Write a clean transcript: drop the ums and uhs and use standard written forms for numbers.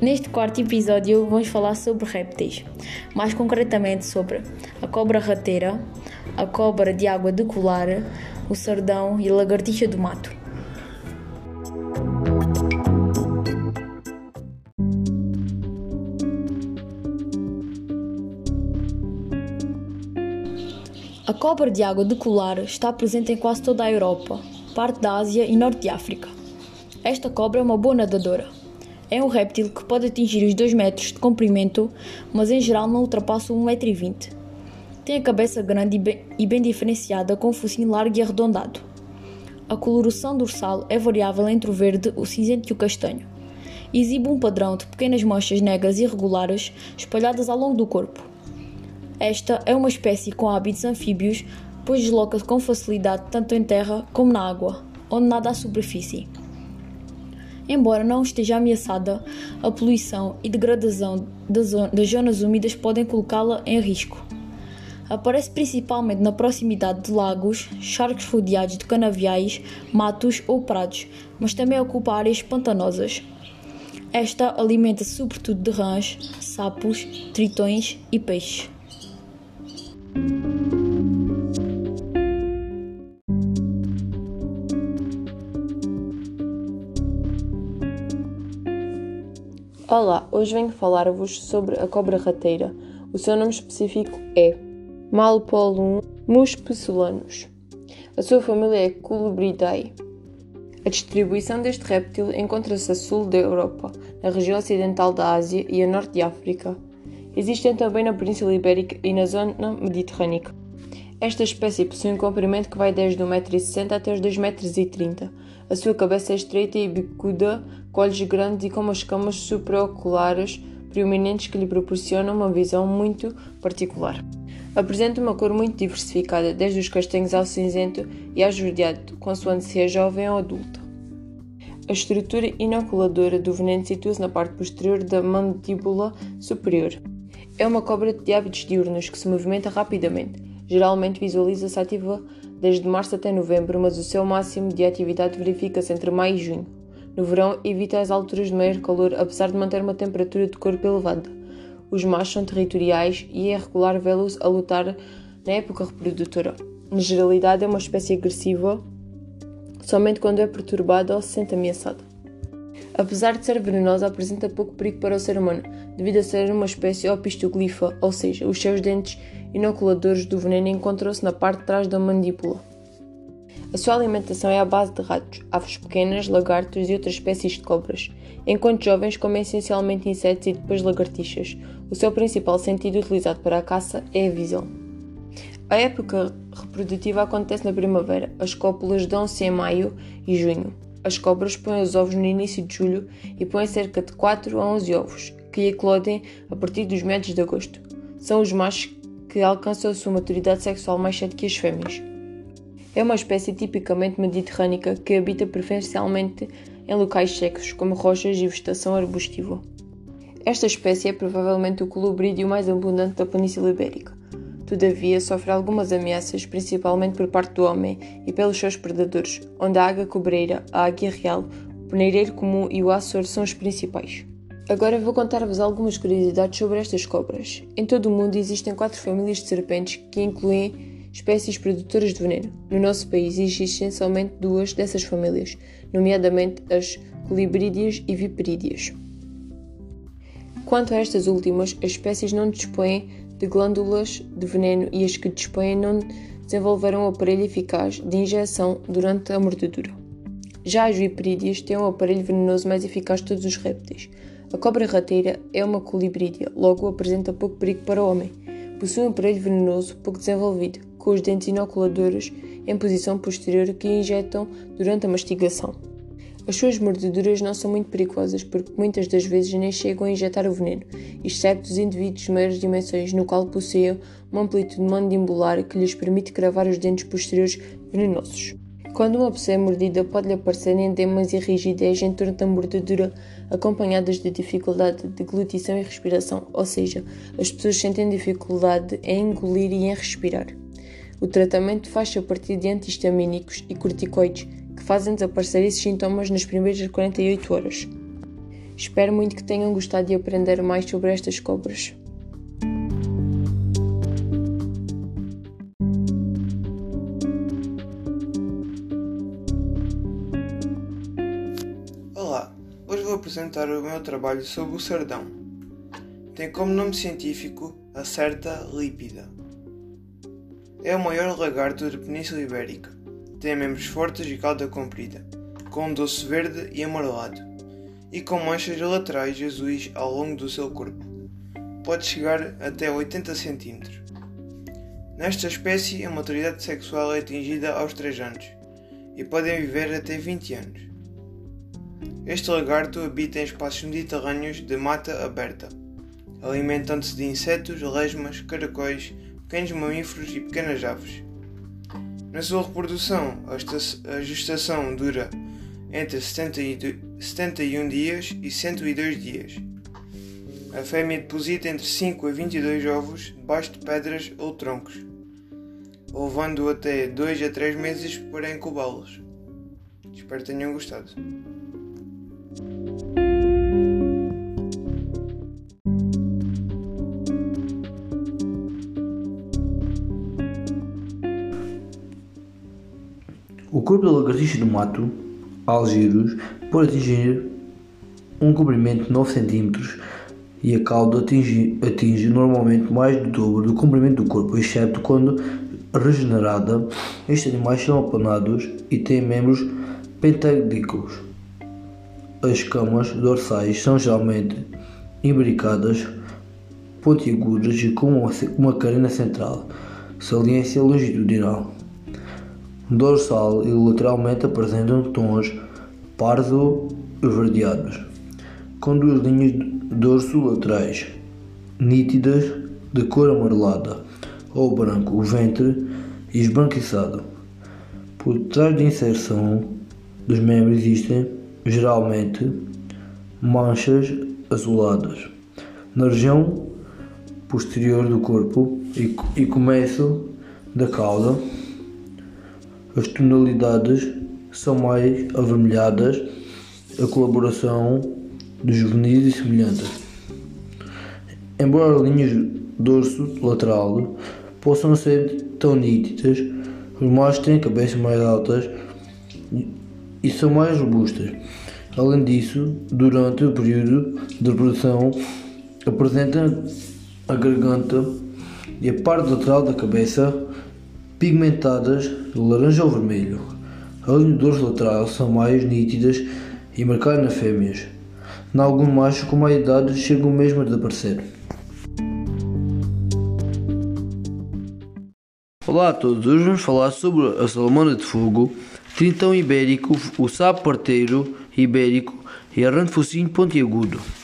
Neste quarto episódio vamos falar sobre répteis, mais concretamente sobre a cobra rateira, a cobra de água decolar, o sardão e a lagartixa do mato. A cobra de água decolar está presente em quase toda a Europa, parte da Ásia e norte de África. Esta cobra é uma boa nadadora. É um réptil que pode atingir os 2 metros de comprimento, mas em geral não ultrapassa 1,20 m. Tem a cabeça grande e bem diferenciada, com o focinho largo e arredondado. A coloração dorsal é variável entre o verde, o cinzento e o castanho. Exibe um padrão de pequenas manchas negras irregulares espalhadas ao longo do corpo. Esta é uma espécie com hábitos anfíbios, pois desloca-se com facilidade tanto em terra como na água, onde nada à superfície. Embora não esteja ameaçada, a poluição e degradação das zonas úmidas podem colocá-la em risco. Aparece principalmente na proximidade de lagos, charcos rodeados de canaviais, matos ou prados, mas também ocupa áreas pantanosas. Esta alimenta-se sobretudo de rãs, sapos, tritões e peixes. Olá, hoje venho falar-vos sobre a cobra rateira. O seu nome específico é Malpolum muspecilanus. A sua família é Colubridae. A distribuição deste réptil encontra-se a sul da Europa, na região ocidental da Ásia e a norte de África. Existem também na Península Ibérica e na zona mediterrânica. Esta espécie possui um comprimento que vai desde 1,60 m até os 2,30 m. A sua cabeça é estreita e bicuda, com olhos grandes e com umas escamas supraoculares proeminentes que lhe proporcionam uma visão muito particular. Apresenta uma cor muito diversificada, desde os castanhos ao cinzento e ao esverdeado, consoante se é jovem ou adulta. A estrutura inoculadora do veneno situa-se na parte posterior da mandíbula superior. É uma cobra de hábitos diurnos que se movimenta rapidamente. Geralmente visualiza-se ativa desde março até novembro, mas o seu máximo de atividade verifica-se entre maio e junho. No verão, evita as alturas de maior calor, apesar de manter uma temperatura de corpo elevada. Os machos são territoriais e é regular vê-los a lutar na época reprodutora. Na generalidade, é uma espécie agressiva somente quando é perturbada ou se sente ameaçada. Apesar de ser venenosa, apresenta pouco perigo para o ser humano, devido a ser uma espécie opistoglifa, ou seja, os seus dentes inoculadores do veneno encontram-se na parte de trás da mandíbula. A sua alimentação é à base de ratos, aves pequenas, lagartos e outras espécies de cobras, enquanto jovens comem essencialmente insetos e depois lagartixas. O seu principal sentido utilizado para a caça é a visão. A época reprodutiva acontece na primavera. As cópulas dão-se em maio e junho. As cobras põem os ovos no início de julho e põem cerca de 4 a 11 ovos, que eclodem a partir dos meados de agosto. São os machos que alcançam a sua maturidade sexual mais cedo que as fêmeas. É uma espécie tipicamente mediterrânica que habita preferencialmente em locais secos, como rochas e vegetação arbustiva. Esta espécie é provavelmente o colubrídeo mais abundante da Península Ibérica. Todavia, sofre algumas ameaças, principalmente por parte do homem e pelos seus predadores, onde a águia cobreira, a águia real, o peneireiro comum e o açor são os principais. Agora vou contar-vos algumas curiosidades sobre estas cobras. Em todo o mundo existem 4 famílias de serpentes que incluem espécies produtoras de veneno. No nosso país existem somente 2 dessas famílias, nomeadamente as colibrídeas e viperídeas. Quanto a estas últimas, as espécies não dispõem de glândulas de veneno e as que dispõem não desenvolveram um aparelho eficaz de injeção durante a mordedura. Já as viperídeas têm um aparelho venenoso mais eficaz de todos os répteis. A cobra rateira é uma colibrídea, logo apresenta pouco perigo para o homem. Possui um aparelho venenoso pouco desenvolvido, com os dentes inoculadores em posição posterior que injetam durante a mastigação. As suas mordeduras não são muito perigosas porque muitas das vezes nem chegam a injetar o veneno, exceto os indivíduos de maiores dimensões, no qual possuem uma amplitude mandibular que lhes permite cravar os dentes posteriores venenosos. Quando uma pessoa é mordida, pode-lhe aparecer edemas e rigidez em torno da mordedura, acompanhadas de dificuldade de deglutição e respiração, ou seja, as pessoas sentem dificuldade em engolir e em respirar. O tratamento faz-se a partir de antihistamínicos e corticoides, que fazem desaparecer esses sintomas nas primeiras 48 horas. Espero muito que tenham gostado de aprender mais sobre estas cobras. Olá, hoje vou apresentar o meu trabalho sobre o sardão. Tem como nome científico a Certa lípida. É o maior lagarto da Península Ibérica. Tem membros fortes e cauda comprida, com um dorso verde e amarelado, e com manchas laterais azuis ao longo do seu corpo. Pode chegar até 80 cm. Nesta espécie, a maturidade sexual é atingida aos 3 anos, e podem viver até 20 anos. Este lagarto habita em espaços mediterrâneos de mata aberta, alimentando-se de insetos, lesmas, caracóis, pequenos mamíferos e pequenas aves. Na sua reprodução, a gestação dura entre 71 dias e 102 dias. A fêmea deposita entre 5 a 22 ovos debaixo de pedras ou troncos, levando até 2 a 3 meses para incubá-los. Espero que tenham gostado. O corpo da lagartixa do mato, Algirus, pode atingir um comprimento de 9 cm e a cauda atinge normalmente mais do dobro do comprimento do corpo, exceto quando regenerada. Estes animais são aplanados e têm membros pentadículos. As escamas dorsais são geralmente imbricadas, pontiagudas e com uma carena central, saliência longitudinal. Dorsal e lateralmente apresentam tons pardo-esverdeados, com 2 linhas dorso-laterais nítidas de cor amarelada ou branco, o ventre esbranquiçado. Por trás da inserção dos membros existem, geralmente, manchas azuladas na região posterior do corpo e começo da cauda. As tonalidades são mais avermelhadas, a coloração dos juvenis e semelhantes. Embora as linhas dorso lateral possam ser tão nítidas, os machos têm cabeças mais altas e são mais robustas. Além disso, durante o período de reprodução, apresentam a garganta e a parte lateral da cabeça pigmentadas de laranja ou vermelho. As linhas do dorso lateral são mais nítidas e marcadas nas fêmeas. Em alguns machos com mais idade chegam mesmo a desaparecer. Olá a todos, hoje vamos falar sobre a salamandra de fogo, tritão ibérico, o sapo parteiro ibérico e arranque focinho pontiagudo.